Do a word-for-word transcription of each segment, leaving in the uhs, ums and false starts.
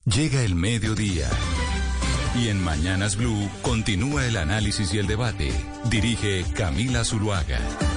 Llega el mediodía. Y en Mañanas Blue continúa el análisis y el debate. Dirige Camila Zuluaga.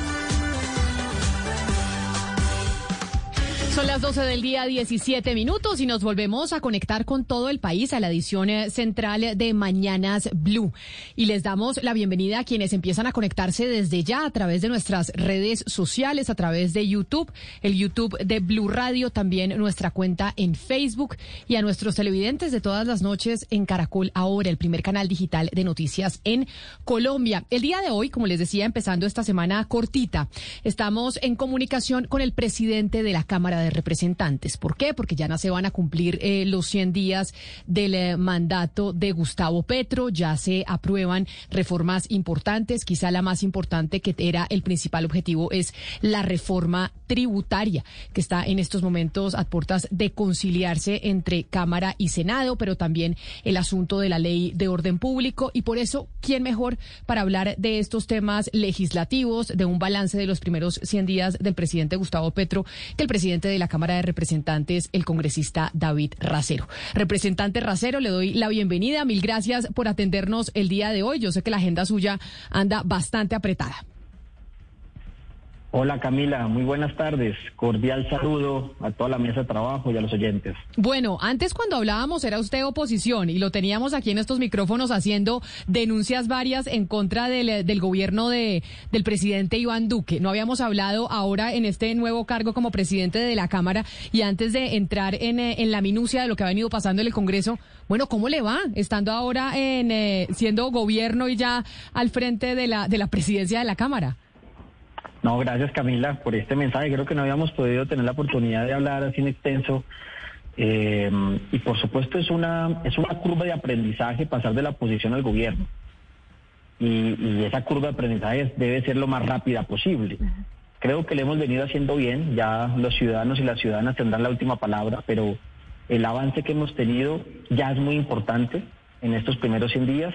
Son las doce del día, diecisiete minutos, y nos volvemos a conectar con todo el país a la edición central de Mañanas Blue. Y les damos la bienvenida a quienes empiezan a conectarse desde ya a través de nuestras redes sociales, a través de YouTube, el YouTube de Blue Radio, también nuestra cuenta en Facebook, y a nuestros televidentes de todas las noches en Caracol Ahora, el primer canal digital de noticias en Colombia. El día de hoy, como les decía, empezando esta semana cortita, estamos en comunicación con el presidente de la Cámara de Representantes. ¿Por qué? Porque ya no se van a cumplir eh, los cien días del eh, mandato de Gustavo Petro, ya se aprueban reformas importantes, quizá la más importante, que era el principal objetivo, es la reforma tributaria, que está en estos momentos a puertas de conciliarse entre Cámara y Senado, pero también el asunto de la ley de orden público, y por eso, ¿quién mejor para hablar de estos temas legislativos, de un balance de los primeros cien días del presidente Gustavo Petro, que el presidente de de la Cámara de Representantes, el congresista David Racero? Representante Racero, le doy la bienvenida. Mil gracias por atendernos el día de hoy. Yo sé que la agenda suya anda bastante apretada. Hola Camila, muy buenas tardes. Cordial saludo a toda la mesa de trabajo y a los oyentes. Bueno, antes cuando hablábamos era usted oposición y lo teníamos aquí en estos micrófonos haciendo denuncias varias en contra del, del gobierno de, del presidente Iván Duque. No habíamos hablado ahora en este nuevo cargo como presidente de la Cámara, y antes de entrar en, en la minucia de lo que ha venido pasando en el Congreso, bueno, ¿cómo le va estando ahora en eh, siendo gobierno y ya al frente de la, de la presidencia de la Cámara? No, gracias Camila por este mensaje. Creo que no habíamos podido tener la oportunidad de hablar así en extenso. Eh, y por supuesto es una es una curva de aprendizaje pasar de la oposición al gobierno. Y, y esa curva de aprendizaje debe ser lo más rápida posible. Creo que le hemos venido haciendo bien. Ya los ciudadanos y las ciudadanas tendrán la última palabra, pero el avance que hemos tenido ya es muy importante en estos primeros cien días.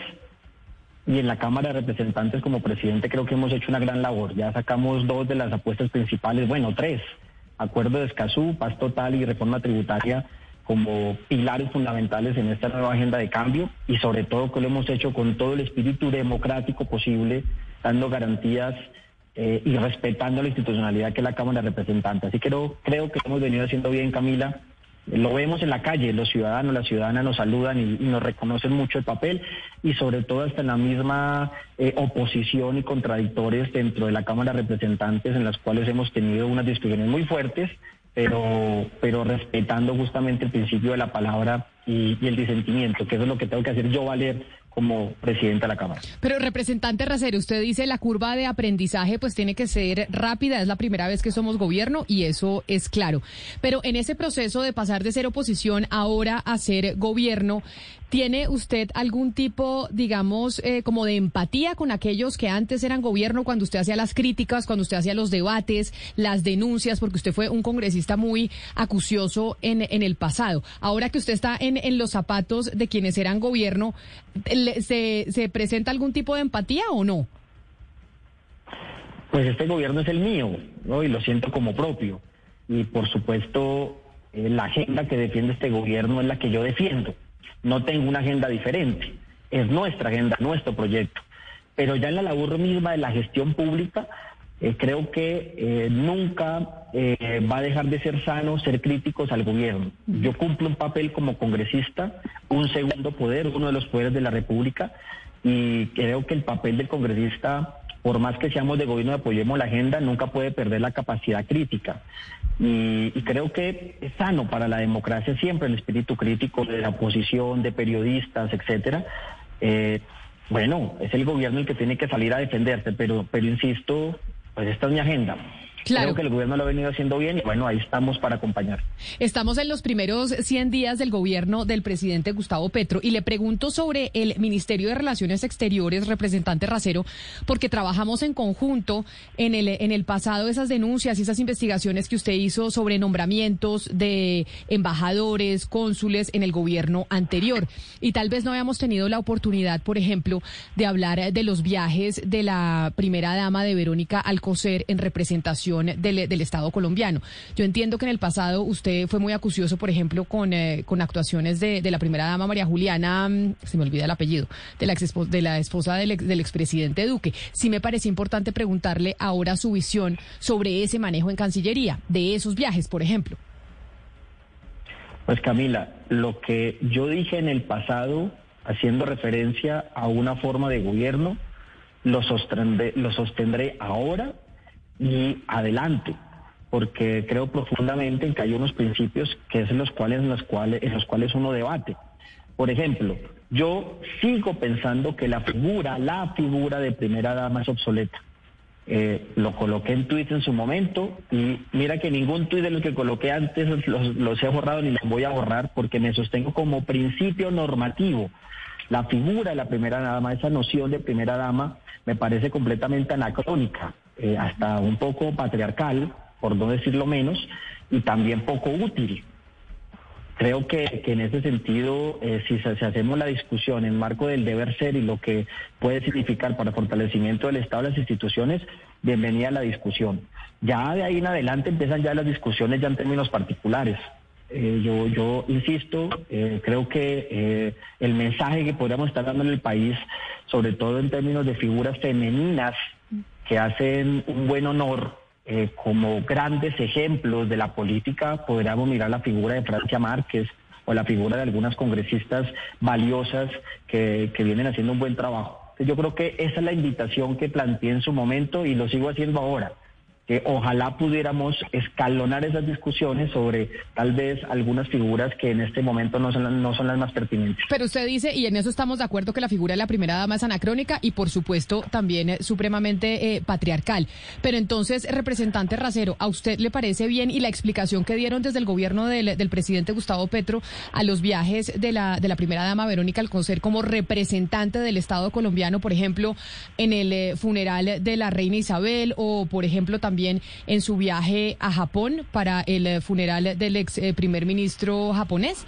Y en la Cámara de Representantes, como presidente, creo que hemos hecho una gran labor. Ya sacamos dos de las apuestas principales, bueno, tres. Acuerdo de Escazú, paz total y reforma tributaria como pilares fundamentales en esta nueva agenda de cambio, y sobre todo que lo hemos hecho con todo el espíritu democrático posible, dando garantías eh, y respetando la institucionalidad que es la Cámara de Representantes. Así que creo, creo que lo hemos venido haciendo bien, Camila. Lo vemos en la calle, los ciudadanos, las ciudadanas nos saludan y, y nos reconocen mucho el papel, y sobre todo hasta en la misma eh, oposición y contradictores dentro de la Cámara de Representantes, en las cuales hemos tenido unas discusiones muy fuertes, pero pero respetando justamente el principio de la palabra y, y el disentimiento, que eso es lo que tengo que hacer yo valer como presidente de la Cámara. Pero, representante Racero, usted dice la curva de aprendizaje pues tiene que ser rápida, es la primera vez que somos gobierno y eso es claro. Pero en ese proceso de pasar de ser oposición ahora a ser gobierno, ¿tiene usted algún tipo, digamos, eh, como de empatía con aquellos que antes eran gobierno, cuando usted hacía las críticas, cuando usted hacía los debates, las denuncias, porque usted fue un congresista muy acucioso en, en el pasado? Ahora que usted está en, en los zapatos de quienes eran gobierno, ¿se, ¿se presenta algún tipo de empatía o no? Pues este gobierno es el mío, ¿no? Y lo siento como propio. Y por supuesto, eh, la agenda que defiende este gobierno es la que yo defiendo. No tengo una agenda diferente, es nuestra agenda, nuestro proyecto. Pero ya en la labor misma de la gestión pública, eh, creo que eh, nunca eh, va a dejar de ser sano ser críticos al gobierno. Yo cumplo un papel como congresista, un segundo poder, uno de los poderes de la República, y creo que el papel del congresista, por más que seamos de gobierno y apoyemos la agenda, nunca puede perder la capacidad crítica. Y, y creo que es sano para la democracia siempre el espíritu crítico de la oposición, de periodistas, etcétera. Eh, bueno, es el gobierno el que tiene que salir a defenderse, pero, pero insisto, pues esta es mi agenda. Claro. Creo que el gobierno lo ha venido haciendo bien y bueno, ahí estamos para acompañar. Estamos en los primeros cien días del gobierno del presidente Gustavo Petro y le pregunto sobre el Ministerio de Relaciones Exteriores, representante Racero, porque trabajamos en conjunto en el, en el pasado esas denuncias y esas investigaciones que usted hizo sobre nombramientos de embajadores, cónsules en el gobierno anterior. Y tal vez no habíamos tenido la oportunidad, por ejemplo, de hablar de los viajes de la primera dama de Verónica Alcocer en representación constitución del, del Estado colombiano. Yo entiendo que en el pasado usted fue muy acucioso, por ejemplo, con, eh, con actuaciones de, de la primera dama María Juliana, se me olvida el apellido, de la, ex, de la esposa del, ex, del expresidente Duque. Sí me parece importante preguntarle ahora su visión sobre ese manejo en Cancillería, de esos viajes, por ejemplo. Pues Camila, lo que yo dije en el pasado, haciendo referencia a una forma de gobierno, lo sostendré, lo sostendré ahora y adelante, porque creo profundamente en que hay unos principios que es en los cuales, en los cuales, en los cuales uno debate. Por ejemplo, yo sigo pensando que la figura, la figura de primera dama es obsoleta. Eh, lo coloqué en Twitter en su momento y mira que ningún tuit de los que coloqué antes los, los he borrado ni los voy a borrar porque me sostengo como principio normativo. La figura de la primera dama, esa noción de primera dama, me parece completamente anacrónica, eh, hasta un poco patriarcal, por no decirlo menos, y también poco útil. Creo que, que en ese sentido, eh, si, si hacemos la discusión en marco del deber ser y lo que puede significar para el fortalecimiento del Estado y las instituciones, bienvenida a la discusión. Ya de ahí en adelante empiezan ya las discusiones ya en términos particulares. Eh, yo, yo insisto, eh, creo que eh, el mensaje que podríamos estar dando en el país, sobre todo en términos de figuras femeninas que hacen un buen honor, Eh, como grandes ejemplos de la política, podríamos mirar la figura de Francia Márquez o la figura de algunas congresistas valiosas que, que vienen haciendo un buen trabajo. Entonces, yo creo que esa es la invitación que planteé en su momento y lo sigo haciendo ahora, que ojalá pudiéramos escalonar esas discusiones sobre tal vez algunas figuras que en este momento no son, no son las más pertinentes. Pero usted dice, y en eso estamos de acuerdo, que la figura de la primera dama es anacrónica y por supuesto también eh, supremamente eh, patriarcal. Pero entonces, representante Racero, ¿a usted le parece bien y la explicación que dieron desde el gobierno del, del presidente Gustavo Petro a los viajes de la, de la primera dama Verónica Alcocer como representante del Estado colombiano, por ejemplo, en el eh, funeral de la reina Isabel o, por ejemplo, también en su viaje a Japón para el funeral del ex eh, primer ministro japonés?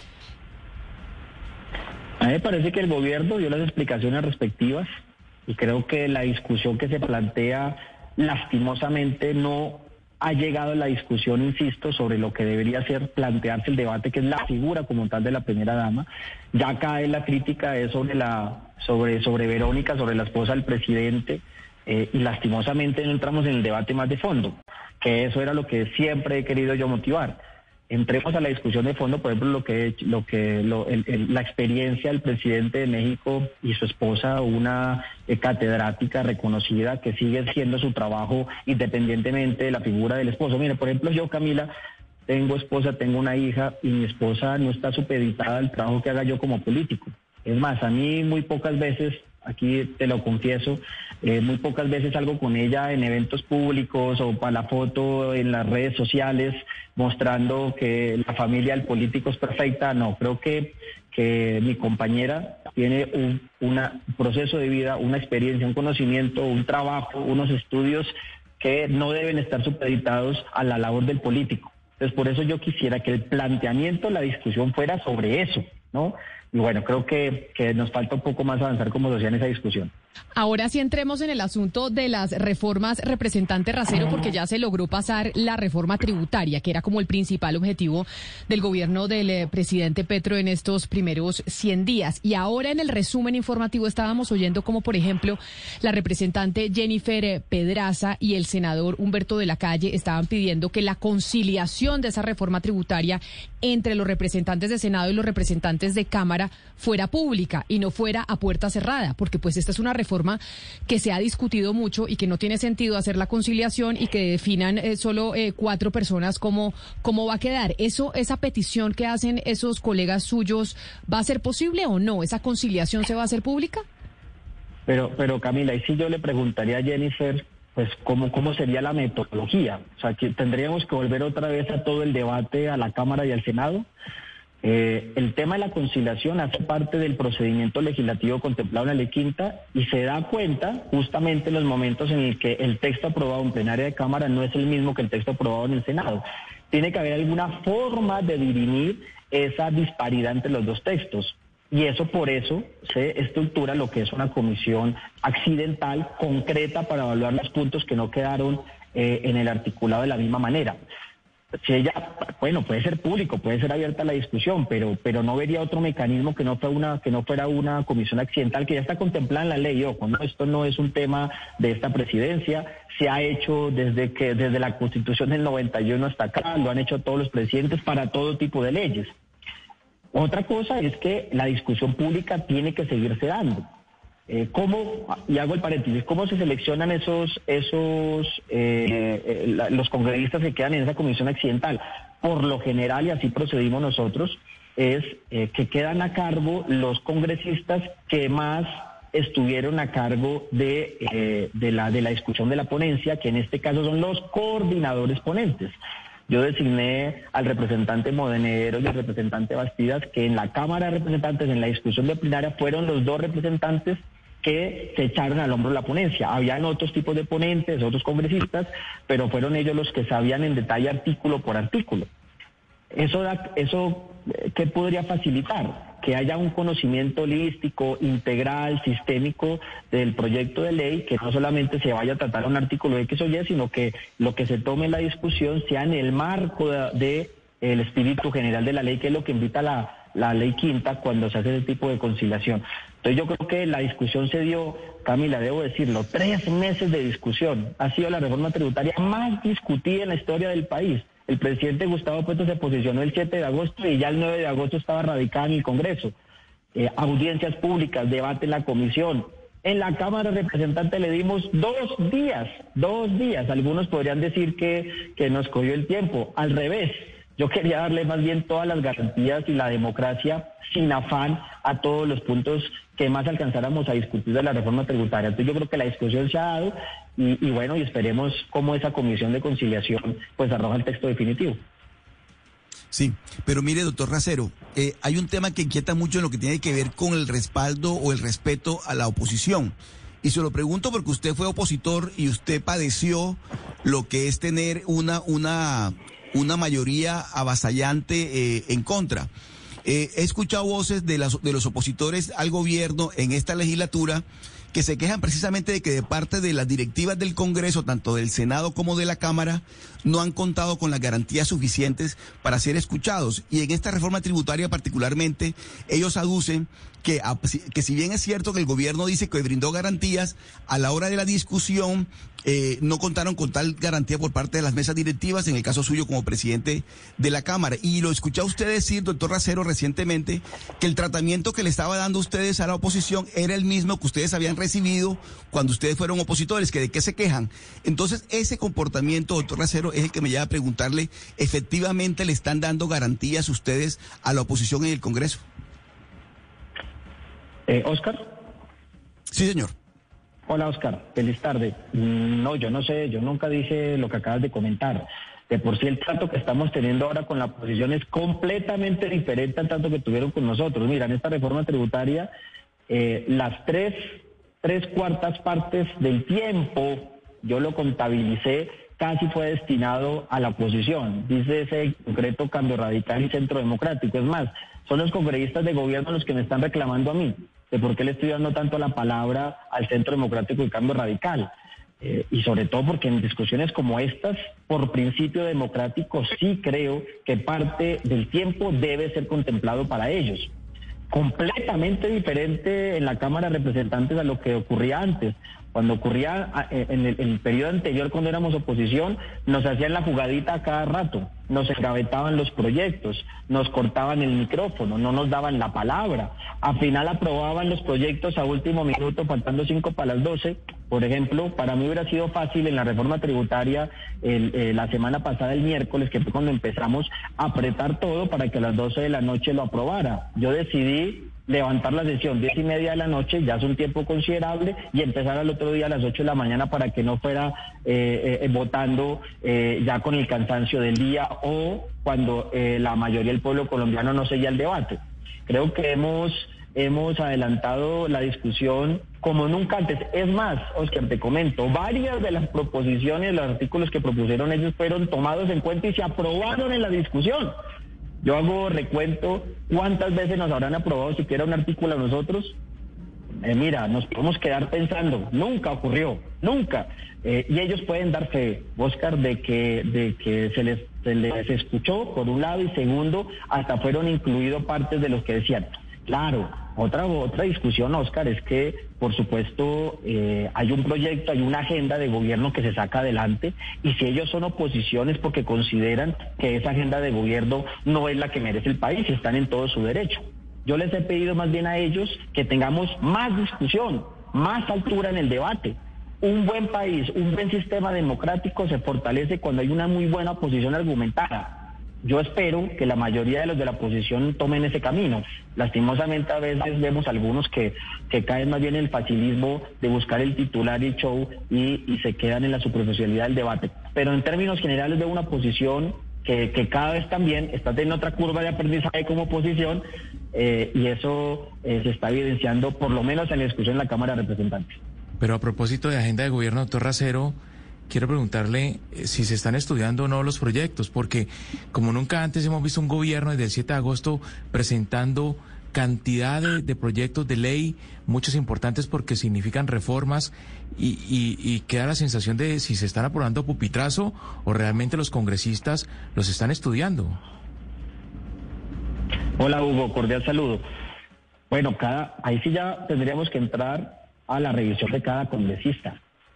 A mí me parece que el gobierno dio las explicaciones respectivas y creo que la discusión que se plantea lastimosamente no ha llegado a la discusión, insisto, sobre lo que debería ser plantearse el debate, que es la figura como tal de la primera dama. Ya cae la crítica es sobre la sobre sobre Verónica, sobre la esposa del presidente. Eh, y lastimosamente no entramos en el debate más de fondo, que eso era lo que siempre he querido yo motivar. Entremos a la discusión de fondo, por ejemplo, lo que lo que lo, el, el, la experiencia del presidente de México y su esposa, una eh, catedrática reconocida que sigue haciendo su trabajo independientemente de la figura del esposo. Mire, por ejemplo, yo, Camila, tengo esposa, tengo una hija y mi esposa no está supeditada al trabajo que haga yo como político. Es más, a mí muy pocas veces, aquí te lo confieso, eh, muy pocas veces salgo con ella en eventos públicos o para la foto en las redes sociales mostrando que la familia del político es perfecta. No, creo que, que mi compañera tiene un una, proceso de vida, una experiencia, un conocimiento, un trabajo, unos estudios que no deben estar supeditados a la labor del político. Entonces, por eso yo quisiera que el planteamiento, la discusión fuera sobre eso, ¿no? Y bueno, creo que, que nos falta un poco más avanzar como sociedad en esa discusión. Ahora sí entremos en el asunto de las reformas, representante Racero, porque ya se logró pasar la reforma tributaria, que era como el principal objetivo del gobierno del eh, presidente Petro en estos primeros cien días. Y ahora en el resumen informativo estábamos oyendo como, por ejemplo, la representante Jennifer Pedraza y el senador Humberto de la Calle estaban pidiendo que la conciliación de esa reforma tributaria entre los representantes de Senado y los representantes de Cámara fuera pública y no fuera a puerta cerrada, porque pues esta es una reforma que se ha discutido mucho y que no tiene sentido hacer la conciliación y que definan eh, solo eh, cuatro personas cómo, cómo va a quedar. Eso, esa petición que hacen esos colegas suyos, ¿va a ser posible o no? ¿Esa conciliación se va a hacer pública? Pero, pero Camila, y si yo le preguntaría a Jennifer, pues cómo, cómo sería la metodología. O sea, que tendríamos que volver otra vez a todo el debate a la Cámara y al Senado. Eh, el tema de la conciliación hace parte del procedimiento legislativo contemplado en la ley quinta y se da cuenta justamente en los momentos en el que el texto aprobado en plenaria de Cámara no es el mismo que el texto aprobado en el Senado. Tiene que haber alguna forma de dirimir esa disparidad entre los dos textos. Y eso por eso se estructura lo que es una comisión accidental, concreta, para evaluar los puntos que no quedaron eh, en el articulado de la misma manera. Si ella, bueno, puede ser público, puede ser abierta la discusión, pero pero no vería otro mecanismo que no fuera una que no fuera una comisión accidental que ya está contemplada en la ley. Ojo, no, esto no es un tema de esta presidencia, se ha hecho desde que desde la Constitución del noventa y uno hasta acá, lo han hecho todos los presidentes para todo tipo de leyes. Otra cosa es que la discusión pública tiene que seguirse dando. Eh, ¿Cómo, y hago el paréntesis, cómo se seleccionan esos, esos eh, eh, la, los congresistas que quedan en esa comisión accidental? Por lo general, y así procedimos nosotros, es eh, que quedan a cargo los congresistas que más estuvieron a cargo de, eh, de, la, de la discusión de la ponencia, que en este caso son los coordinadores ponentes. Yo designé al representante Modenero y al representante Bastidas, que en la Cámara de Representantes, en la discusión de plenaria, fueron los dos representantes que se echaron al hombro la ponencia. Habían otros tipos de ponentes, otros congresistas, pero fueron ellos los que sabían en detalle artículo por artículo. Eso, da, eso ¿qué podría facilitar? Que haya un conocimiento holístico, integral, sistémico del proyecto de ley, que no solamente se vaya a tratar un artículo X o Y, sino que lo que se tome en la discusión sea en el marco de, de el espíritu general de la ley, que es lo que invita la, la ley quinta cuando se hace ese tipo de conciliación. Entonces yo creo que la discusión se dio, Camila, debo decirlo, tres meses de discusión. Ha sido la reforma tributaria más discutida en la historia del país. El presidente Gustavo Petro se posicionó el siete de agosto y ya el nueve de agosto estaba radicada en el Congreso. Eh, audiencias públicas, debate en la comisión. En la Cámara de Representantes le dimos dos días, dos días. Algunos podrían decir que, que nos cogió el tiempo. Al revés, yo quería darle más bien todas las garantías y la democracia sin afán a todos los puntos que más alcanzáramos a discutir de la reforma tributaria. Entonces yo creo que la discusión se ha dado y, y bueno, y esperemos cómo esa comisión de conciliación pues arroja el texto definitivo. Sí, pero mire, doctor Racero, eh, hay un tema que inquieta mucho en lo que tiene que ver con el respaldo o el respeto a la oposición. Y se lo pregunto porque usted fue opositor y usted padeció lo que es tener una, una, una mayoría avasallante eh, en contra. Eh, he escuchado voces de, las, de los opositores al gobierno en esta legislatura que se quejan precisamente de que de parte de las directivas del Congreso, tanto del Senado como de la Cámara, no han contado con las garantías suficientes para ser escuchados. Y en esta reforma tributaria particularmente, ellos aducen que, que si bien es cierto que el gobierno dice que brindó garantías, a la hora de la discusión eh, no contaron con tal garantía por parte de las mesas directivas, en el caso suyo como presidente de la Cámara. Y lo escuché a usted decir, doctor Racero, recientemente, que el tratamiento que le estaba dando ustedes a la oposición era el mismo que ustedes habían recibido cuando ustedes fueron opositores, que de qué se quejan. Entonces, ese comportamiento, doctor Racero, es el que me lleva a preguntarle, ¿efectivamente le están dando garantías ustedes a la oposición en el Congreso? Eh, ¿Oscar? Sí, señor. Hola, Oscar. Feliz tarde. No, yo no sé, yo nunca dije lo que acabas de comentar. De por sí el trato que estamos teniendo ahora con la oposición es completamente diferente al trato que tuvieron con nosotros. Mira, en esta reforma tributaria, eh, las tres, tres cuartas partes del tiempo, yo lo contabilicé, casi fue destinado a la oposición. Dice ese concreto Cambio Radical y Centro Democrático. Es más, son los congresistas de gobierno los que me están reclamando a mí de por qué le estoy dando tanto la palabra al Centro Democrático y Cambio Radical. Eh, y sobre todo porque en discusiones como estas, por principio democrático, sí creo que parte del tiempo debe ser contemplado para ellos. Completamente diferente en la Cámara de Representantes a lo que ocurría antes. Cuando ocurría en el, en el periodo anterior, cuando éramos oposición, nos hacían la jugadita a cada rato, nos engavetaban los proyectos, nos cortaban el micrófono, no nos daban la palabra. Al final aprobaban los proyectos a último minuto, faltando cinco para las doce. Por ejemplo, para mí hubiera sido fácil en la reforma tributaria el, eh, la semana pasada, el miércoles, que fue cuando empezamos a apretar todo para que a las doce de la noche lo aprobara. Yo decidí levantar la sesión diez y media de la noche, ya es un tiempo considerable, y empezar al otro día a las ocho de la mañana para que no fuera eh, eh, votando eh, ya con el cansancio del día o cuando eh, la mayoría del pueblo colombiano no seguía el debate. Creo que hemos hemos adelantado la discusión como nunca antes. Es más, Oscar, te comento, varias de las proposiciones, los artículos que propusieron ellos fueron tomados en cuenta y se aprobaron en la discusión. Yo hago recuento, ¿cuántas veces nos habrán aprobado siquiera un artículo a nosotros? eh, mira, nos podemos quedar pensando, nunca ocurrió, nunca. Eh, y ellos pueden dar fe, Oscar, de que, de que se les, se les escuchó, por un lado, y segundo, hasta fueron incluidos partes de los que decían. Claro, otra, otra discusión, Oscar, es que, por supuesto, eh, hay un proyecto, hay una agenda de gobierno que se saca adelante, y si ellos son oposición es porque consideran que esa agenda de gobierno no es la que merece el país y están en todo su derecho. Yo les he pedido más bien a ellos que tengamos más discusión, más altura en el debate. Un buen país, un buen sistema democrático se fortalece cuando hay una muy buena oposición argumentada. Yo espero que la mayoría de los de la oposición tomen ese camino. Lastimosamente a veces vemos algunos que, que caen más bien en el facilismo de buscar el titular y el show y, y se quedan en la superficialidad del debate. Pero en términos generales veo una oposición que, que cada vez también está teniendo otra curva de aprendizaje como oposición eh, y eso eh, se está evidenciando por lo menos en la discusión en la Cámara de Representantes. Pero a propósito de agenda de gobierno, doctor Racero, quiero preguntarle si se están estudiando o no los proyectos, porque como nunca antes hemos visto un gobierno desde el siete de agosto presentando cantidad de, de proyectos de ley, muchos importantes porque significan reformas, y, y, y queda la sensación de si se están aprobando a pupitrazo o realmente los congresistas los están estudiando. Hola Hugo, cordial saludo. Bueno, cada ahí sí ya tendríamos que entrar a la revisión de cada congresista.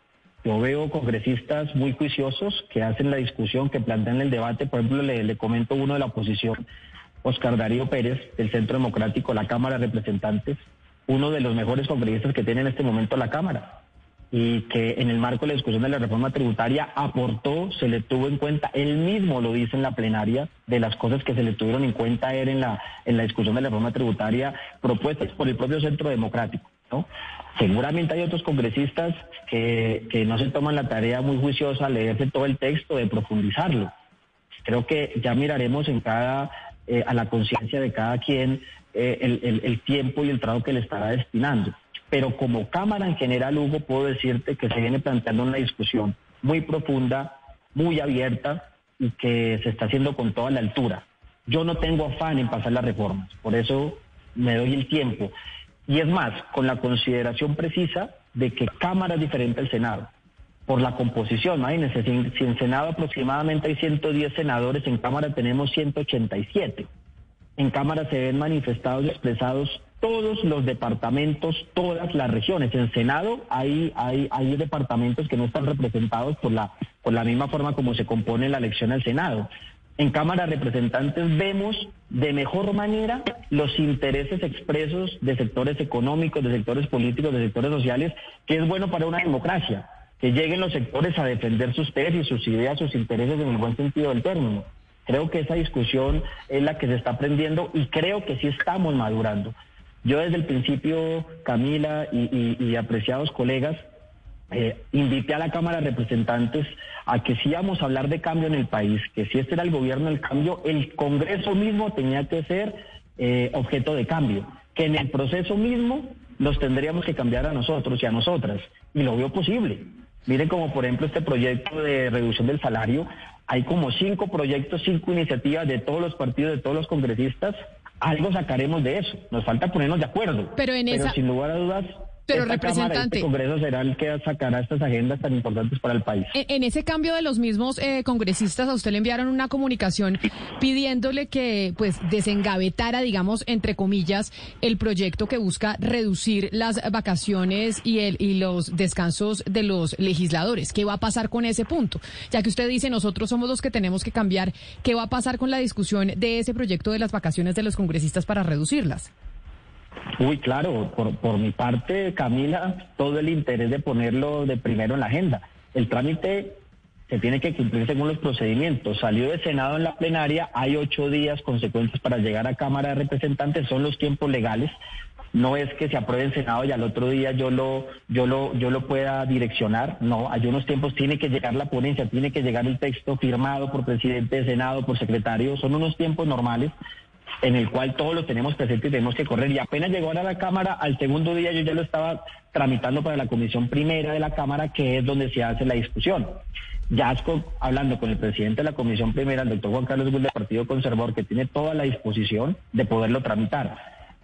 Yo veo congresistas muy juiciosos que hacen la discusión, que plantean el debate. Por ejemplo, le, le comento uno de la oposición, Oscar Darío Pérez, del Centro Democrático, la Cámara de Representantes, uno de los mejores congresistas que tiene en este momento la Cámara, y que en el marco de la discusión de la reforma tributaria aportó, se le tuvo en cuenta, él mismo lo dice en la plenaria, de las cosas que se le tuvieron en cuenta era en la, en la discusión de la reforma tributaria propuestas por el propio Centro Democrático, ¿no? Seguramente hay otros congresistas que, que no se toman la tarea muy juiciosa, leerse todo el texto, de profundizarlo. Creo que ya miraremos en cada, eh, a la conciencia de cada quien eh, el, el, el tiempo y el trabajo que le estará destinando. Pero como Cámara en general, Hugo, puedo decirte que se viene planteando una discusión muy profunda, muy abierta y que se está haciendo con toda la altura. Yo no tengo afán en pasar las reformas, por eso me doy el tiempo. Y es más, con la consideración precisa de que Cámara es diferente al Senado, por la composición. Imagínense, si, si en Senado aproximadamente hay ciento diez senadores, en Cámara tenemos ciento ochenta y siete. En Cámara se ven manifestados y expresados todos los departamentos, todas las regiones. En Senado hay, hay, hay departamentos que no están representados por la, por la misma forma como se compone la elección al Senado. En Cámara de Representantes vemos de mejor manera los intereses expresos de sectores económicos, de sectores políticos, de sectores sociales, que es bueno para una democracia, que lleguen los sectores a defender sus tesis, sus ideas, sus intereses en el buen sentido del término. Creo que esa discusión es la que se está aprendiendo y creo que sí estamos madurando. Yo desde el principio, Camila y, y, y apreciados colegas, Eh, invité a la Cámara de Representantes a que si íbamos a hablar de cambio en el país, que si este era el gobierno del cambio, el Congreso mismo tenía que ser eh, objeto de cambio, que en el proceso mismo los tendríamos que cambiar a nosotros y a nosotras, y lo veo posible. Miren como por ejemplo este proyecto de reducción del salario, hay como cinco proyectos, cinco iniciativas de todos los partidos, de todos los congresistas, algo sacaremos de eso, nos falta ponernos de acuerdo, pero, en pero esa... sin lugar a dudas... Pero Esta representante, Cámara, este Congreso será el que sacará estas agendas tan importantes para el país. En, en ese cambio de los mismos eh, congresistas, a usted le enviaron una comunicación pidiéndole que pues desengavetara, digamos, entre comillas, el proyecto que busca reducir las vacaciones y, el, y los descansos de los legisladores. ¿Qué va a pasar con ese punto? Ya que usted dice, nosotros somos los que tenemos que cambiar, ¿qué va a pasar con la discusión de ese proyecto de las vacaciones de los congresistas para reducirlas? Uy, claro, por, por mi parte, Camila, todo el interés de ponerlo de primero en la agenda. El trámite se tiene que cumplir según los procedimientos. Salió de Senado en la plenaria, hay ocho días consecuentes para llegar a Cámara de Representantes, son los tiempos legales. No es que se apruebe en Senado y al otro día yo lo, yo lo, yo lo pueda direccionar. No, hay unos tiempos, tiene que llegar la ponencia, tiene que llegar el texto firmado por presidente de Senado, por secretario, son unos tiempos normales en el cual todos lo tenemos presente y tenemos que correr. Y apenas llegó a la Cámara, al segundo día yo ya lo estaba tramitando para la Comisión Primera de la Cámara, que es donde se hace la discusión. Ya hablando con el presidente de la Comisión Primera, el doctor Juan Carlos Gul, del Partido Conservador, que tiene toda la disposición de poderlo tramitar.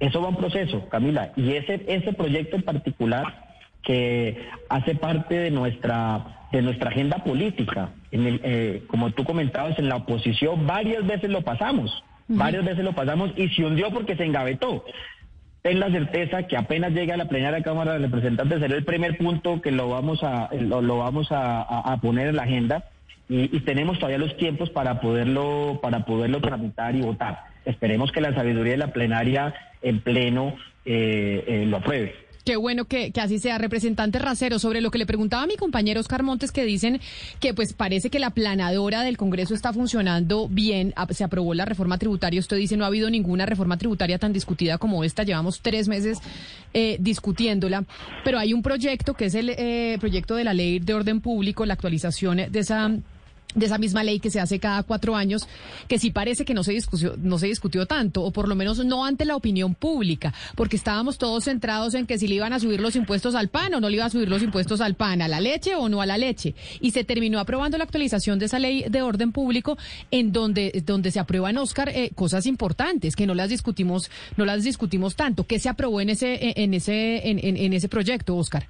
Eso va a un proceso, Camila, y ese, ese proyecto en particular que hace parte de nuestra, de nuestra agenda política, en el, eh, como tú comentabas, en la oposición varias veces lo pasamos, uh-huh. varias veces lo pasamos y se hundió porque se engavetó. Ten la certeza que apenas llegue a la plenaria Cámara de Representantes será el primer punto que lo vamos a lo, lo vamos a, a, a poner en la agenda y, y tenemos todavía los tiempos para poderlo para poderlo tramitar y votar. Esperemos que la sabiduría de la plenaria en pleno eh, eh, lo apruebe. Qué bueno que, que así sea. Representante Racero, sobre lo que le preguntaba a mi compañero Oscar Montes, que dicen que pues parece que la planadora del Congreso está funcionando bien, se aprobó la reforma tributaria, usted dice no ha habido ninguna reforma tributaria tan discutida como esta, llevamos tres meses eh, discutiéndola, pero hay un proyecto que es el eh, proyecto de la Ley de Orden Público, la actualización de esa... de esa misma ley que se hace cada cuatro años, que sí parece que no se discutió, no se discutió tanto, o por lo menos no ante la opinión pública, porque estábamos todos centrados en que si le iban a subir los impuestos al pan o no le iban a subir los impuestos al pan, a la leche o no a la leche, y se terminó aprobando la actualización de esa ley de orden público, en donde, donde se aprueban, Oscar, eh, cosas importantes, que no las discutimos, no las discutimos tanto. ¿Qué se aprobó en ese, en ese, en, en, en ese proyecto, Oscar?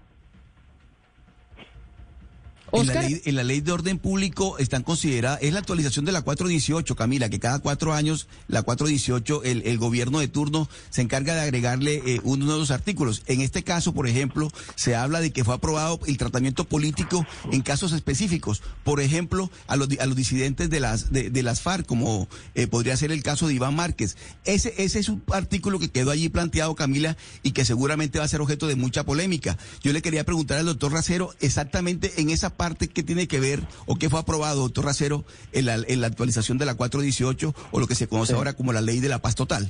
En la, ley, en la ley de orden público están consideradas, es la actualización de la cuatro dieciocho, Camila, que cada cuatro años, la cuatro dieciocho, el, el gobierno de turno se encarga de agregarle eh, uno de los artículos. En este caso, por ejemplo, se habla de que fue aprobado el tratamiento político en casos específicos. Por ejemplo, a los, a los disidentes de las, de, de las FARC, como eh, podría ser el caso de Iván Márquez. Ese, ese es un artículo que quedó allí planteado, Camila, y que seguramente va a ser objeto de mucha polémica. Yo le quería preguntar al doctor Racero exactamente en esa parte que tiene que ver o que fue aprobado, doctor Racero, en la, en la actualización de la cuatro dieciocho o lo que se conoce sí. ahora como la ley de la paz total.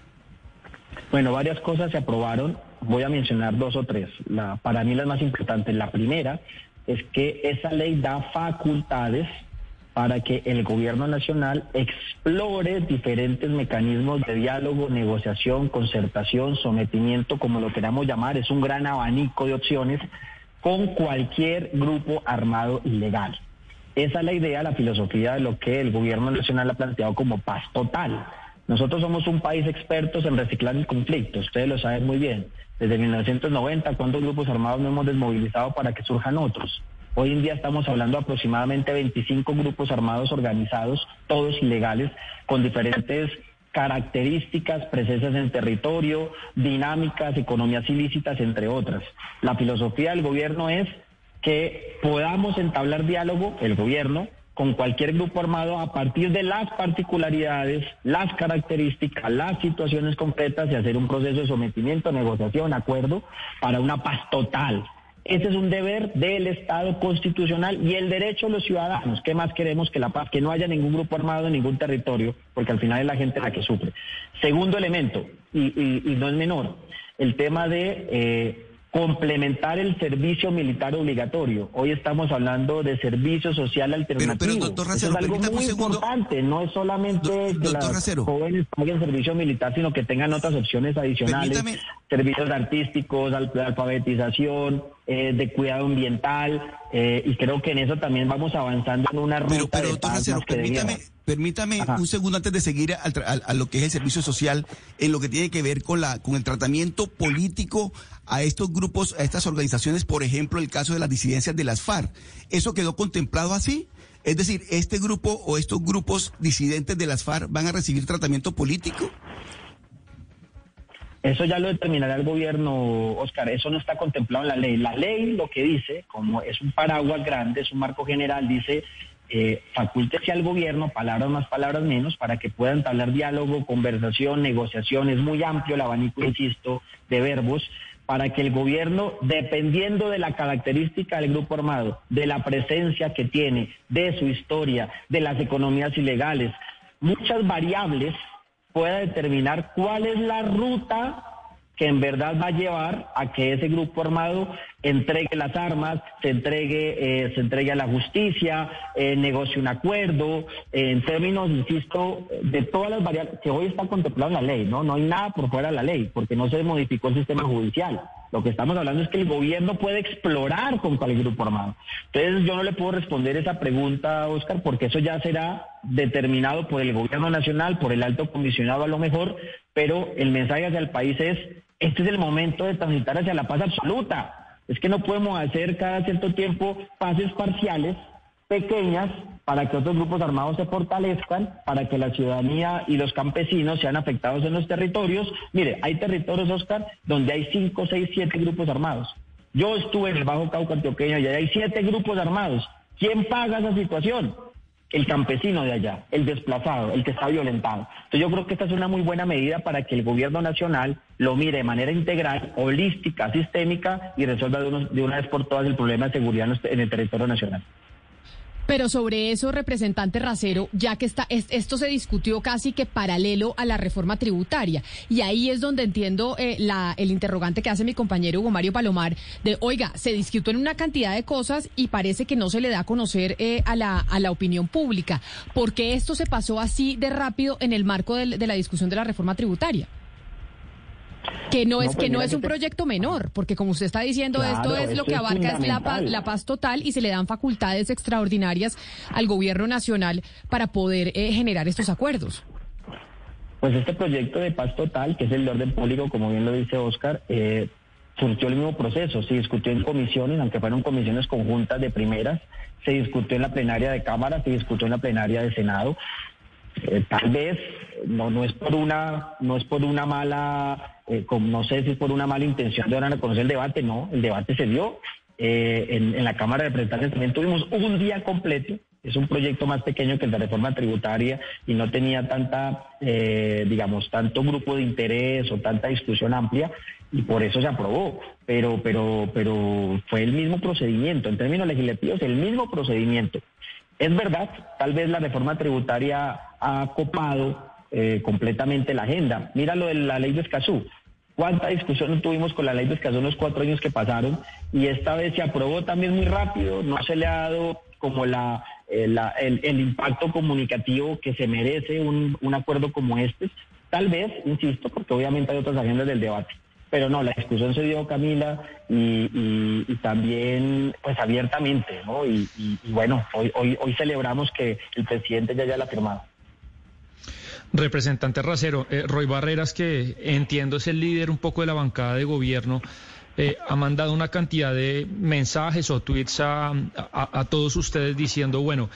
Bueno, varias cosas se aprobaron, voy a mencionar dos o tres. La, para mí las más importantes. La primera es que esa ley da facultades para que el gobierno nacional explore diferentes mecanismos de diálogo, negociación, concertación, sometimiento, como lo queramos llamar. Es un gran abanico de opciones con cualquier grupo armado ilegal. Esa es la idea, la filosofía de lo que el gobierno nacional ha planteado como paz total. Nosotros somos un país expertos en reciclar el conflicto, ustedes lo saben muy bien. Desde mil novecientos noventa, ¿cuántos grupos armados no hemos desmovilizado para que surjan otros? Hoy en día estamos hablando de aproximadamente veinticinco grupos armados organizados, todos ilegales, con diferentes características, presencias en territorio, dinámicas, economías ilícitas, entre otras. La filosofía del gobierno es que podamos entablar diálogo, el gobierno, con cualquier grupo armado a partir de las particularidades, las características, las situaciones concretas y hacer un proceso de sometimiento, negociación, acuerdo para una paz total. Ese es un deber del Estado constitucional y el derecho de los ciudadanos. ¿Qué más queremos que la paz? Que no haya ningún grupo armado en ningún territorio, porque al final es la gente la que sufre. Segundo elemento, y, y, y no es menor, el tema de eh, complementar el servicio militar obligatorio. Hoy estamos hablando de servicio social alternativo. Pero, pero doctor Racero, eso es algo muy importante. No es solamente Do, que los Racero. jóvenes paguen servicio militar, sino que tengan otras opciones adicionales. Permítame. Servicios artísticos, alfabetización, eh, de cuidado ambiental, eh, y creo que en eso también vamos avanzando en una ruta. Pero, pero de doctor paz Racero, permítame, permítame un segundo antes de seguir a, a, a lo que es el servicio social, en lo que tiene que ver con la con el tratamiento político a estos grupos, a estas organizaciones, por ejemplo, el caso de las disidencias de las FARC. ¿Eso quedó contemplado así? Es decir, ¿este grupo o estos grupos disidentes de las FARC van a recibir tratamiento político? Eso ya lo determinará el gobierno, Oscar, eso no está contemplado en la ley. La ley lo que dice, como es un paraguas grande, es un marco general, dice, eh, facúltese al gobierno, palabras más, palabras menos, para que pueda entablar diálogo, conversación, negociación. Es muy amplio el abanico, insisto, de verbos, para que el gobierno, dependiendo de la característica del grupo armado, de la presencia que tiene, de su historia, de las economías ilegales, muchas variables, pueda determinar cuál es la ruta que en verdad va a llevar a que ese grupo armado entregue las armas, se entregue, eh, se entregue a la justicia, eh, negocie un acuerdo, eh, en términos, insisto, de todas las variables que hoy está contemplado en la ley, ¿no? No hay nada por fuera de la ley, porque no se modificó el sistema judicial. Lo que estamos hablando es que el gobierno puede explorar con cualquier grupo armado. Entonces yo no le puedo responder esa pregunta, Oscar, porque eso ya será determinado por el gobierno nacional, por el alto comisionado a lo mejor, pero el mensaje hacia el país es, este es el momento de transitar hacia la paz absoluta. Es que no podemos hacer cada cierto tiempo pases parciales, pequeñas, para que otros grupos armados se fortalezcan, para que la ciudadanía y los campesinos sean afectados en los territorios. Mire, hay territorios, Oscar, donde hay cinco, seis, siete grupos armados. Yo estuve en el Bajo Cauca antioqueño y allá hay siete grupos armados. ¿Quién paga esa situación? El campesino de allá, el desplazado, el que está violentado. Entonces yo creo que esta es una muy buena medida para que el gobierno nacional lo mire de manera integral, holística, sistémica y resuelva de, unos, de una vez por todas el problema de seguridad en el territorio nacional. Pero sobre eso, representante Racero, ya que está, esto se discutió casi que paralelo a la reforma tributaria. Y ahí es donde entiendo eh, la, el interrogante que hace mi compañero Hugo Mario Palomar de, oiga, se discutió en una cantidad de cosas y parece que no se le da a conocer eh, a, la, a la opinión pública. ¿Por qué esto se pasó así de rápido en el marco de, de la discusión de la reforma tributaria? Que no es no, pues que no es un te... proyecto menor, porque como usted está diciendo, claro, esto es lo que abarca es la paz, la paz total y se le dan facultades extraordinarias al gobierno nacional para poder eh, generar estos acuerdos. Pues este proyecto de paz total, que es el de orden público, como bien lo dice Oscar, eh, surgió el mismo proceso, se discutió en comisiones, aunque fueron comisiones conjuntas de primeras, se discutió en la plenaria de Cámara, se discutió en la plenaria de Senado. Eh, tal vez no no es por una no es por una mala eh, como, no sé si es por una mala intención de ahora no conocer el debate. No, el debate se dio eh, en, en la Cámara de Representantes. También tuvimos un día completo. Es un proyecto más pequeño que el de reforma tributaria y no tenía tanta eh, digamos tanto grupo de interés o tanta discusión amplia y por eso se aprobó, pero pero pero fue el mismo procedimiento en términos legislativos, el mismo procedimiento. Es verdad, tal vez la reforma tributaria ha copado eh, completamente la agenda. Mira lo de la ley de Escazú. ¿Cuánta discusión tuvimos con la ley de Escazú en los cuatro años que pasaron? Y esta vez se aprobó también muy rápido, no se le ha dado como la, eh, la el, el impacto comunicativo que se merece un, un acuerdo como este. Tal vez, insisto, porque obviamente hay otras agendas del debate. Pero no, la discusión se dio, Camila, y, y, y también pues abiertamente, ¿no? Y, y, y bueno, hoy, hoy, hoy celebramos que el presidente ya haya la firmado. Representante Racero, eh, Roy Barreras, que entiendo es el líder un poco de la bancada de gobierno, eh, ha mandado una cantidad de mensajes o tweets a, a, a todos ustedes diciendo, bueno,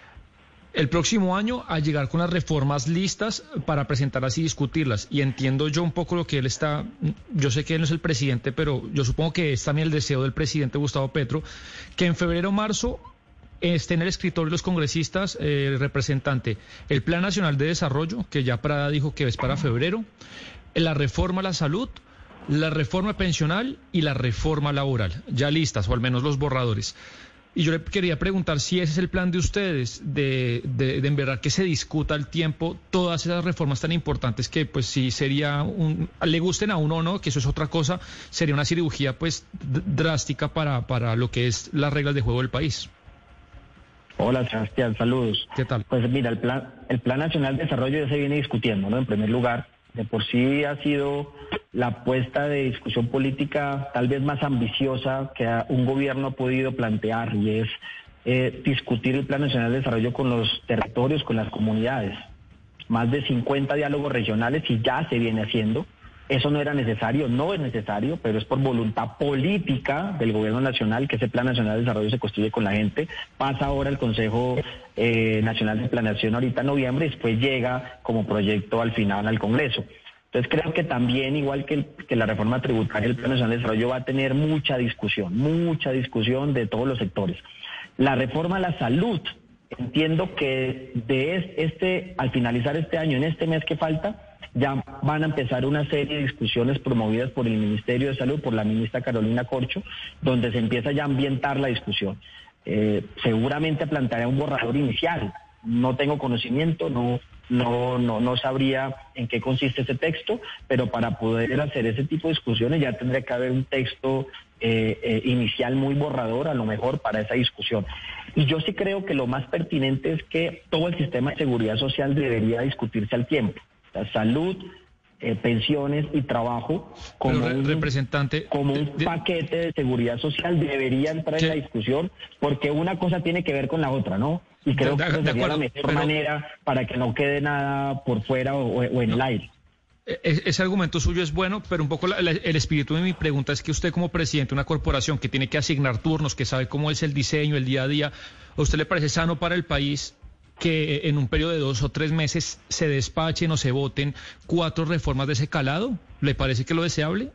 el próximo año a llegar con las reformas listas para presentarlas y discutirlas. Y entiendo yo un poco lo que él está, yo sé que él no es el presidente, pero yo supongo que es también el deseo del presidente Gustavo Petro, que en febrero o marzo esté en el escritorio de los congresistas, eh, el representante, el Plan Nacional de Desarrollo, que ya Prada dijo que es para febrero, la reforma a la salud, la reforma pensional y la reforma laboral, ya listas, o al menos los borradores. Y yo le quería preguntar si ese es el plan de ustedes, de, de, de en verdad que se discuta al tiempo todas esas reformas tan importantes que pues sí sería, un, le gusten a uno o no, que eso es otra cosa, sería una cirugía pues drástica para, para lo que es las reglas de juego del país. Hola Sebastián, saludos. ¿Qué tal? Pues mira, el plan, el Plan Nacional de Desarrollo ya se viene discutiendo, ¿no? En primer lugar, de por sí ha sido la apuesta de discusión política tal vez más ambiciosa que un gobierno ha podido plantear, y es eh, discutir el Plan Nacional de Desarrollo con los territorios, con las comunidades. Más de cincuenta diálogos regionales y ya se viene haciendo. Eso no era necesario, no es necesario, pero es por voluntad política del gobierno nacional que ese Plan Nacional de Desarrollo se construye con la gente. Pasa ahora el Consejo eh, Nacional de Planeación ahorita en noviembre y después llega como proyecto al final al Congreso. Entonces creo que también, igual que, el, que la reforma tributaria, el Plan Nacional de Desarrollo va a tener mucha discusión, mucha discusión de todos los sectores. La reforma a la salud, entiendo que de este, al finalizar este año, en este mes que falta, ya van a empezar una serie de discusiones promovidas por el Ministerio de Salud, por la ministra Carolina Corcho, donde se empieza ya a ambientar la discusión. Eh, seguramente planteará un borrador inicial. No tengo conocimiento, no, no, no, no sabría en qué consiste ese texto, pero para poder hacer ese tipo de discusiones ya tendría que haber un texto eh, eh, inicial muy borrador, a lo mejor, para esa discusión. Y yo sí creo que lo más pertinente es que todo el sistema de seguridad social debería discutirse al tiempo. La salud, eh, pensiones y trabajo como, Pero, un, representante, como un de, paquete de seguridad social debería entrar ¿qué? en la discusión, porque una cosa tiene que ver con la otra, ¿no? Y creo de, que esa sería acuerdo, la mejor pero, manera para que no quede nada por fuera o, o en no, el aire. ese argumento suyo es bueno, pero un poco la, la, el espíritu de mi pregunta es que usted como presidente de una corporación que tiene que asignar turnos, que sabe cómo es el diseño, el día a día, ¿a usted le parece sano para el país que en un periodo de dos o tres meses se despachen o se voten cuatro reformas de ese calado? ¿Le parece que lo deseable?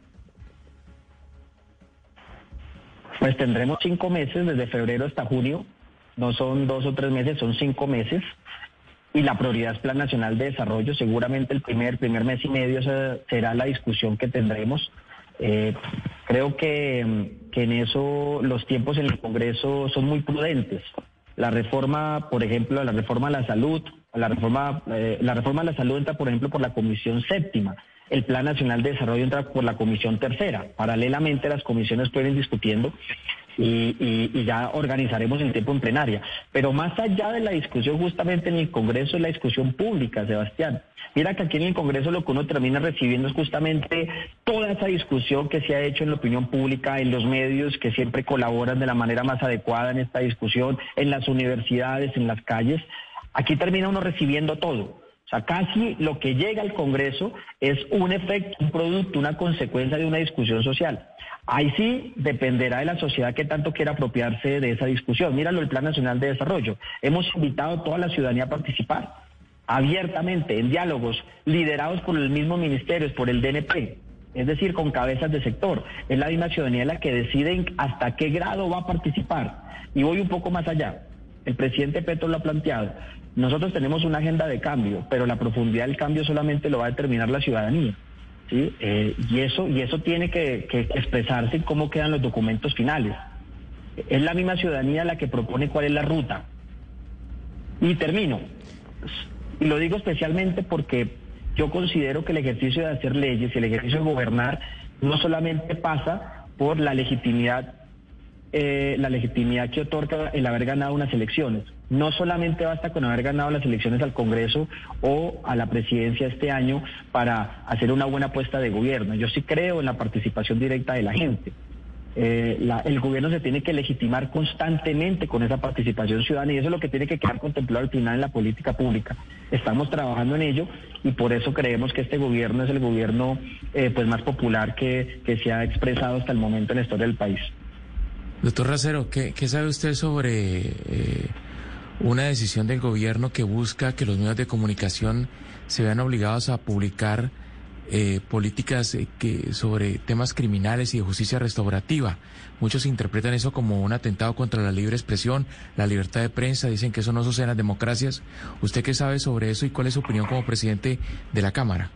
Pues tendremos cinco meses, desde febrero hasta junio, no son dos o tres meses, son cinco meses. Y la prioridad es Plan Nacional de Desarrollo. Seguramente el primer primer mes y medio será la discusión que tendremos. Eh, creo que, que en eso los tiempos en el Congreso son muy prudentes. La reforma, por ejemplo, la reforma a la salud, la reforma, eh, la reforma a la salud entra, por ejemplo, por la Comisión Séptima. El Plan Nacional de Desarrollo entra por la Comisión Tercera. Paralelamente las comisiones pueden ir discutiendo y, y, y ya organizaremos el tiempo en plenaria. Pero más allá de la discusión justamente en el Congreso es la discusión pública, Sebastián. Mira que aquí en el Congreso lo que uno termina recibiendo es justamente toda esa discusión que se ha hecho en la opinión pública, en los medios que siempre colaboran de la manera más adecuada en esta discusión, en las universidades, en las calles. Aquí termina uno recibiendo todo. O sea, casi lo que llega al Congreso es un efecto, un producto, una consecuencia de una discusión social. Ahí sí dependerá de la sociedad que tanto quiera apropiarse de esa discusión. Míralo, el Plan Nacional de Desarrollo. Hemos invitado a toda la ciudadanía a participar abiertamente en diálogos liderados por el mismo ministerio, por el D N P, es decir, con cabezas de sector. Es la misma ciudadanía la que decide hasta qué grado va a participar. Y voy un poco más allá. El presidente Petro lo ha planteado. Nosotros tenemos una agenda de cambio, pero la profundidad del cambio solamente lo va a determinar la ciudadanía. ¿Sí? Eh, y eso y eso tiene que, que expresarse en cómo quedan los documentos finales. Es la misma ciudadanía la que propone cuál es la ruta. Y termino. Y lo digo especialmente porque yo considero que el ejercicio de hacer leyes y el ejercicio de gobernar no solamente pasa por la legitimidad, eh, la legitimidad que otorga el haber ganado unas elecciones. No solamente basta con haber ganado las elecciones al Congreso o a la presidencia este año para hacer una buena apuesta de gobierno. Yo sí creo en la participación directa de la gente. Eh, la, el gobierno se tiene que legitimar constantemente con esa participación ciudadana y eso es lo que tiene que quedar contemplado al final en la política pública. Estamos trabajando en ello y por eso creemos que este gobierno es el gobierno eh, pues más popular que, que se ha expresado hasta el momento en la historia del país. Doctor Racero, ¿qué, qué sabe usted sobre eh, una decisión del gobierno que busca que los medios de comunicación se vean obligados a publicar Eh, políticas eh, que sobre temas criminales y de justicia restaurativa? Muchos interpretan eso como un atentado contra la libre expresión, la libertad de prensa, dicen que eso no sucede en las democracias. ¿Usted qué sabe sobre eso y cuál es su opinión como presidente de la Cámara?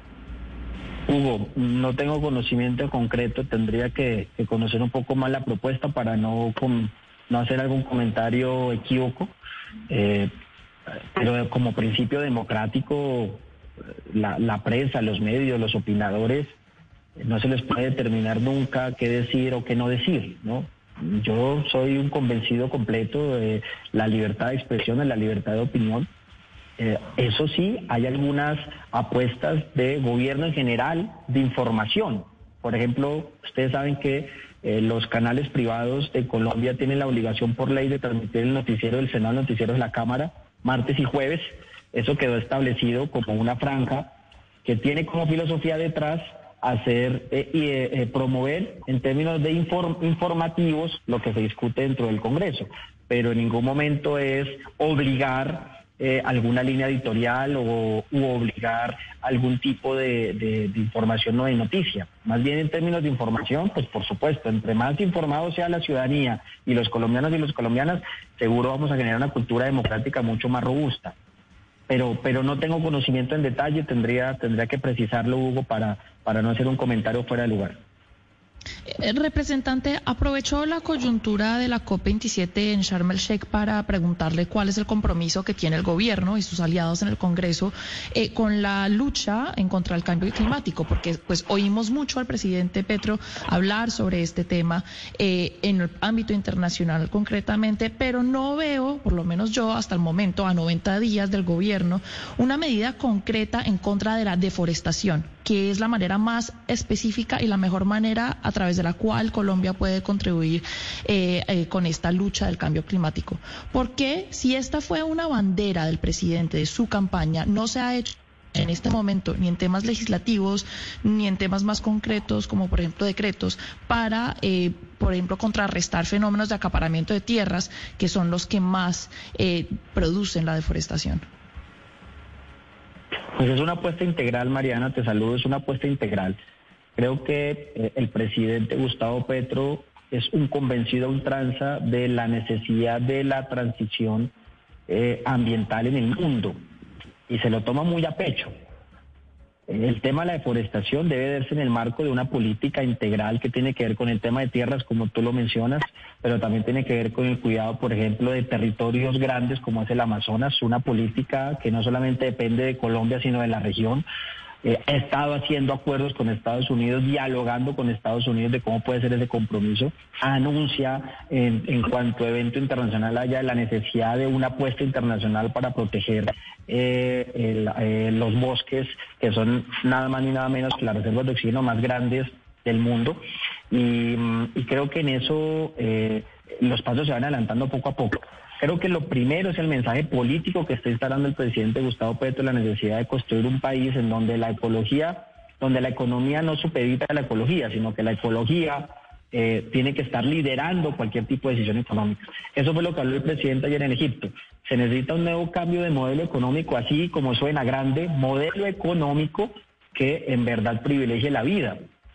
Hugo, no tengo conocimiento concreto, tendría que, que conocer un poco más la propuesta para no, com, no hacer algún comentario equívoco, eh, pero como principio democrático La, la prensa, los medios, los opinadores, no se les puede determinar nunca qué decir o qué no decir, ¿no? Yo soy un convencido completo de la libertad de expresión, de la libertad de opinión. Eh, eso sí, hay algunas apuestas de gobierno en general de información. Por ejemplo, ustedes saben que eh, los canales privados de Colombia tienen la obligación por ley de transmitir el noticiero del Senado, el noticiero de la Cámara, martes y jueves. Eso quedó establecido como una franja que tiene como filosofía detrás hacer eh, y eh, promover en términos de inform, informativos lo que se discute dentro del Congreso, pero en ningún momento es obligar eh, alguna línea editorial o u obligar algún tipo de, de, de información o de noticia. Más bien en términos de información, pues por supuesto, entre más informados sea la ciudadanía y los colombianos y las colombianas, seguro vamos a generar una cultura democrática mucho más robusta. Pero, pero no tengo conocimiento en detalle, tendría, tendría que precisarlo, Hugo, para, para no hacer un comentario fuera de lugar. El representante, aprovechó la coyuntura de la COP veintisiete en Sharm el Sheikh para preguntarle cuál es el compromiso que tiene el gobierno y sus aliados en el Congreso eh, con la lucha en contra del cambio climático, porque pues oímos mucho al presidente Petro hablar sobre este tema eh, en el ámbito internacional concretamente, pero no veo, por lo menos yo hasta el momento, a noventa días del gobierno, una medida concreta en contra de la deforestación, que es la manera más específica y la mejor manera a través de la cual Colombia puede contribuir eh, eh, con esta lucha del cambio climático. ¿Por qué, si esta fue una bandera del presidente de su campaña, no se ha hecho en este momento ni en temas legislativos ni en temas más concretos como por ejemplo decretos para eh, por ejemplo contrarrestar fenómenos de acaparamiento de tierras que son los que más eh, producen la deforestación. Pues es una apuesta integral, Mariana, te saludo, es una apuesta integral. Creo que eh, el presidente Gustavo Petro es un convencido a ultranza de la necesidad de la transición eh, ambiental en el mundo y se lo toma muy a pecho. El tema de la deforestación debe verse en el marco de una política integral que tiene que ver con el tema de tierras, como tú lo mencionas, pero también tiene que ver con el cuidado, por ejemplo, de territorios grandes como es el Amazonas, una política que no solamente depende de Colombia, sino de la región. Eh, ha estado haciendo acuerdos con Estados Unidos, dialogando con Estados Unidos de cómo puede ser ese compromiso. Anuncia en, en cuanto evento internacional haya la necesidad de una apuesta internacional para proteger eh, el, eh, los bosques, que son nada más ni nada menos que las reservas de oxígeno más grandes del mundo. Y, y creo que en eso eh, los pasos se van adelantando poco a poco. Creo que lo primero es el mensaje político que está instalando el presidente Gustavo Petro, la necesidad de construir un país en donde la ecología, donde la economía no supedita a la ecología, sino que la ecología eh, tiene que estar liderando cualquier tipo de decisión económica. Eso fue lo que habló el presidente ayer en Egipto. Se necesita un nuevo cambio de modelo económico, así como suena grande, modelo económico que en verdad privilegie la vida.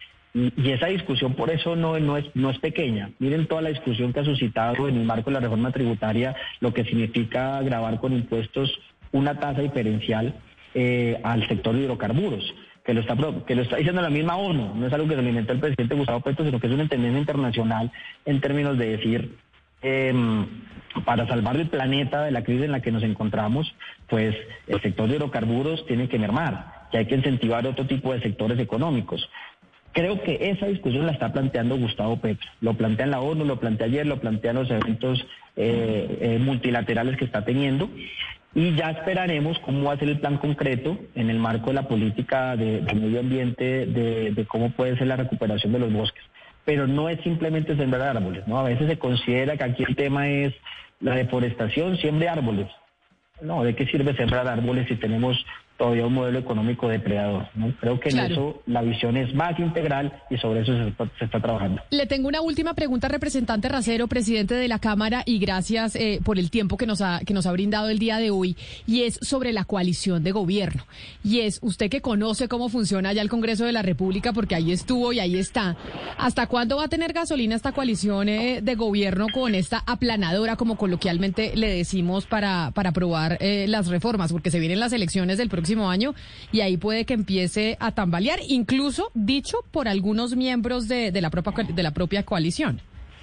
Y esa discusión por eso no, no, es, no es pequeña. Miren toda la discusión que ha suscitado en el marco de la reforma tributaria, lo que significa gravar con impuestos una tasa diferencial eh, al sector de hidrocarburos, que lo, está, que lo está diciendo la misma ONU. No es algo que se lo inventó el presidente Gustavo Petro, sino que es una tendencia internacional en términos de decir, eh, para salvar el planeta de la crisis en la que nos encontramos, pues el sector de hidrocarburos tiene que mermar, que hay que incentivar otro tipo de sectores económicos. Creo que esa discusión la está planteando Gustavo Petro. Lo plantea en la ONU, lo plantea ayer, lo plantea en los eventos eh, eh, multilaterales que está teniendo. Y ya esperaremos cómo va a ser el plan concreto en el marco de la política de, de medio ambiente, de, de cómo puede ser la recuperación de los bosques. Pero no es simplemente sembrar árboles, ¿no? A veces se considera que aquí el tema es la deforestación, siembre árboles. No, ¿de qué sirve sembrar árboles si tenemos todavía un modelo económico depredador, ¿no? Creo que claro. En eso la visión es más integral y sobre eso se está, se está trabajando. Le tengo una última pregunta, representante Racero, presidente de la Cámara, y gracias eh, por el tiempo que nos ha que nos ha brindado el día de hoy, y es sobre la coalición de gobierno. Y es, usted que conoce cómo funciona ya el Congreso de la República, porque ahí estuvo y ahí está, ¿hasta cuándo va a tener gasolina esta coalición eh, de gobierno con esta aplanadora, como coloquialmente le decimos, para, para aprobar eh, las reformas? Porque se vienen las elecciones del próximo año y ahí puede que empiece a tambalear, incluso dicho por algunos miembros de, de la propia de la propia coalición.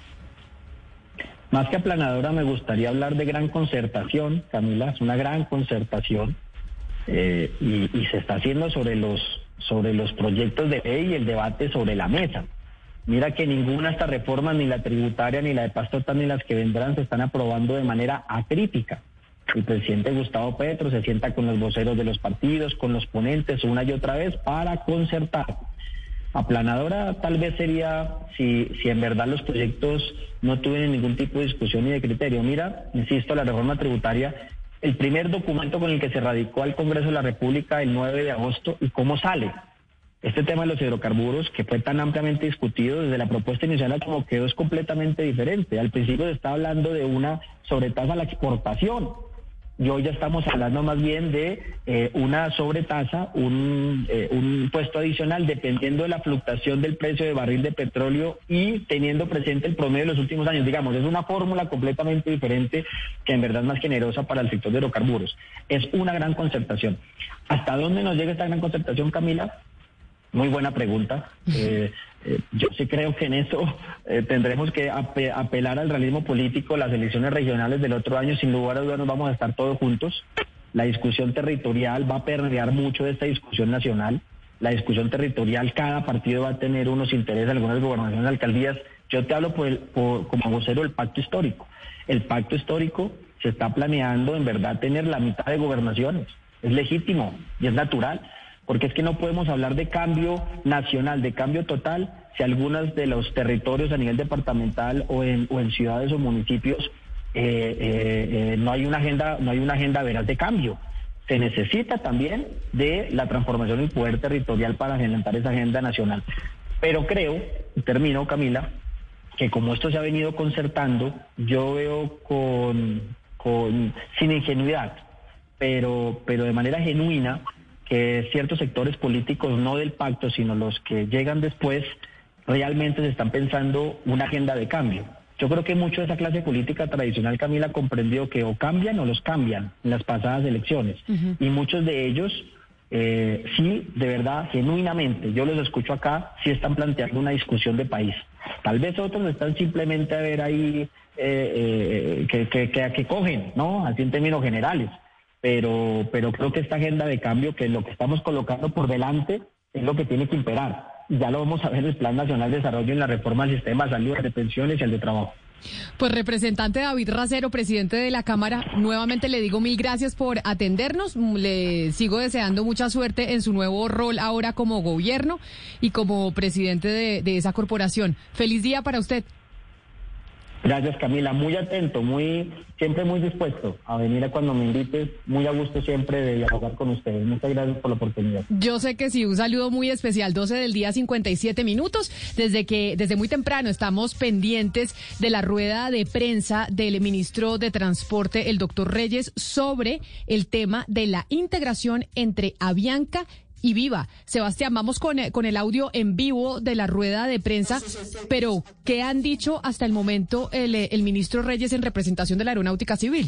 Más que aplanadora, me gustaría hablar de gran concertación, Camila. Es una gran concertación eh, y, y se está haciendo sobre los sobre los proyectos de ley y el debate sobre la mesa. Mira que ninguna de estas reformas, ni la tributaria, ni la de paz total, ni las que vendrán, se están aprobando de manera acrítica. El presidente Gustavo Petro se sienta con los voceros de los partidos, con los ponentes una y otra vez para concertar. Aplanadora tal vez sería si, si en verdad los proyectos no tuvieran ningún tipo de discusión ni de criterio. Mira, insisto, la reforma tributaria, el primer documento con el que se radicó al Congreso de la República el nueve de agosto, ¿y cómo sale? Este tema de los hidrocarburos, que fue tan ampliamente discutido desde la propuesta inicial como quedó, es completamente diferente. Al principio se estaba hablando de una sobretasa a la exportación. Y hoy ya estamos hablando más bien de eh, una sobretasa, un, eh, un impuesto adicional dependiendo de la fluctuación del precio de barril de petróleo y teniendo presente el promedio de los últimos años. Digamos, es una fórmula completamente diferente que en verdad es más generosa para el sector de hidrocarburos. Es una gran concertación. ¿Hasta dónde nos llega esta gran concertación, Camila? Muy buena pregunta. Eh, eh, yo sí creo que en eso eh, tendremos que ape apelar al realismo político. Las elecciones regionales del otro año, sin lugar a dudas, nos vamos a estar todos juntos. La discusión territorial va a permear mucho de esta discusión nacional. La discusión territorial, cada partido va a tener unos intereses, algunas gobernaciones, alcaldías. Yo te hablo por el, por, como vocero del pacto histórico. El pacto histórico se está planeando, en verdad, tener la mitad de gobernaciones. Es legítimo y es natural. Porque es que no podemos hablar de cambio nacional, de cambio total, si algunos de los territorios a nivel departamental o en, o en ciudades o municipios eh, eh, eh, no hay una agenda, no hay una agenda veraz de cambio. se necesita también de la transformación del poder territorial para adelantar esa agenda nacional. Pero creo, y termino, Camila, que como esto se ha venido concertando, yo veo con, con sin ingenuidad, pero, pero de manera genuina, que ciertos sectores políticos, no del pacto, sino los que llegan después, realmente se están pensando una agenda de cambio. Yo creo que mucho de esa clase política tradicional, Camila, comprendió que o cambian o los cambian en las pasadas elecciones. Uh-huh. Y muchos de ellos, eh, sí, de verdad, genuinamente, yo los escucho acá, sí están planteando una discusión de país. Tal vez otros están simplemente a ver ahí eh, eh, que, que, que, que cogen, ¿no? Así en términos generales. Pero, pero creo que esta agenda de cambio, que es lo que estamos colocando por delante, es lo que tiene que imperar. Ya lo vamos a ver en el Plan Nacional de Desarrollo, en la reforma al sistema de salud, de pensiones y el de trabajo. Pues representante David Racero, presidente de la Cámara, nuevamente le digo mil gracias por atendernos. Le sigo deseando mucha suerte en su nuevo rol ahora como gobierno y como presidente de, de esa corporación. Feliz día para usted. Gracias, Camila. Muy atento, muy siempre muy dispuesto a venir a cuando me invites. Muy a gusto siempre de dialogar con ustedes. Muchas gracias por la oportunidad. Yo sé que sí, un saludo muy especial. doce del día, cincuenta y siete minutos. Desde que desde muy temprano estamos pendientes de la rueda de prensa del ministro de Transporte, el doctor Reyes, sobre el tema de la integración entre Avianca y Viva. Sebastián, vamos con, con el audio en vivo de la rueda de prensa, pero ¿qué han dicho hasta el momento el, el ministro Reyes en representación de la Aeronáutica Civil?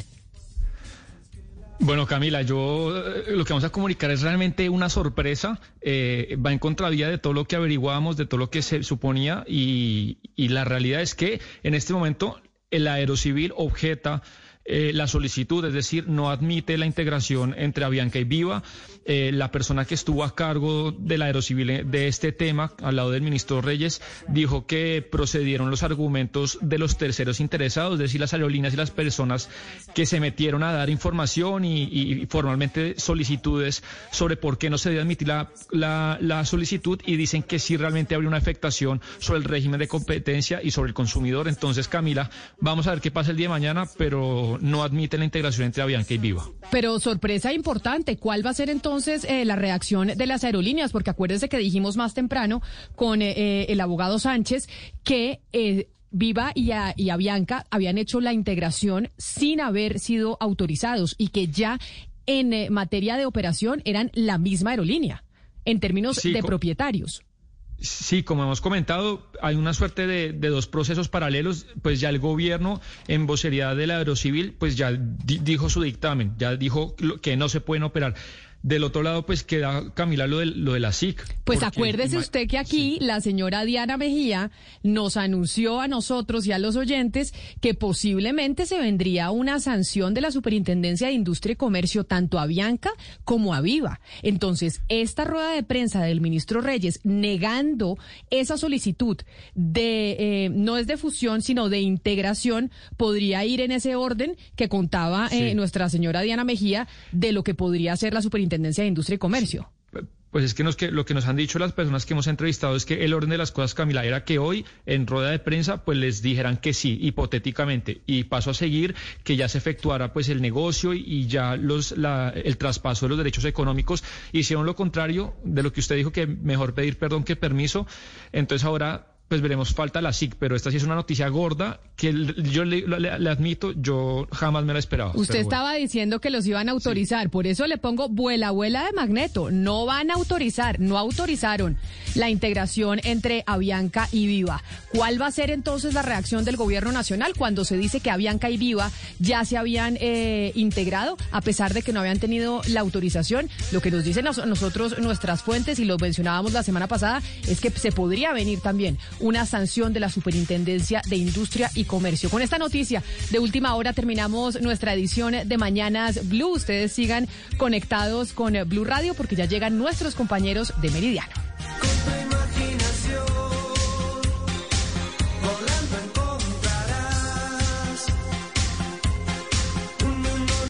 Bueno, Camila, yo lo que vamos a comunicar es realmente una sorpresa, eh, va en contravía de todo lo que averiguábamos, de todo lo que se suponía, y, y la realidad es que en este momento el Aerocivil objeta Eh, la solicitud, es decir, no admite la integración entre Avianca y Viva. Eh, la persona que estuvo a cargo del Aerocivil de este tema, al lado del ministro Reyes, dijo que procedieron los argumentos de los terceros interesados, es decir, las aerolíneas y las personas que se metieron a dar información y, y formalmente solicitudes sobre por qué no se debe admitir la, la, la solicitud, y dicen que sí realmente habría una afectación sobre el régimen de competencia y sobre el consumidor. Entonces, Camila, vamos a ver qué pasa el día de mañana, pero no admite la integración entre Avianca y Viva. Pero sorpresa importante, ¿cuál va a ser entonces eh, la reacción de las aerolíneas? Porque acuérdense que dijimos más temprano con eh, el abogado Sánchez que eh, Viva y, a, y Avianca habían hecho la integración sin haber sido autorizados y que ya en eh, materia de operación eran la misma aerolínea en términos sí, de co- propietarios. Sí, como hemos comentado, hay una suerte de, de dos procesos paralelos. Pues ya el gobierno, en vocería del Aerocivil, pues ya di, dijo su dictamen, ya dijo que no se pueden operar. Del otro lado, pues queda, Camila, lo de, lo de la S I C. Pues porque, acuérdese usted que aquí sí. La señora Diana Mejía nos anunció a nosotros y a los oyentes que posiblemente se vendría una sanción de la Superintendencia de Industria y Comercio tanto a Avianca como a Viva. Entonces, esta rueda de prensa del ministro Reyes negando esa solicitud de, eh, no es de fusión, sino de integración, podría ir en ese orden que contaba eh, sí. nuestra señora Diana Mejía de lo que podría ser la Superintendencia de Industria y Comercio. Pues es que, nos, que lo que nos han dicho las personas que hemos entrevistado es que el orden de las cosas, Camila, era que hoy en rueda de prensa pues les dijeran que sí, hipotéticamente, y paso a seguir que ya se efectuara pues el negocio y, y ya los la, el traspaso de los derechos económicos. Hicieron lo contrario de lo que usted dijo, que mejor pedir perdón que permiso. Entonces ahora pues veremos, falta la S I C, pero esta sí es una noticia gorda que yo le, le, le admito, yo jamás me la esperaba. Usted estaba bueno. diciendo que los iban a autorizar, sí. Por eso le pongo vuela, vuela de magneto. No van a autorizar, no autorizaron la integración entre Avianca y Viva. ¿Cuál va a ser entonces la reacción del gobierno nacional cuando se dice que Avianca y Viva ya se habían eh, integrado, a pesar de que no habían tenido la autorización? Lo que nos dicen nos, nosotros, nuestras fuentes, y lo mencionábamos la semana pasada, es que se podría venir también una sanción de la Superintendencia de Industria y Comercio. Con esta noticia de última hora terminamos nuestra edición de Mañanas Blue. Ustedes sigan conectados con Blue Radio porque ya llegan nuestros compañeros de Meridiano.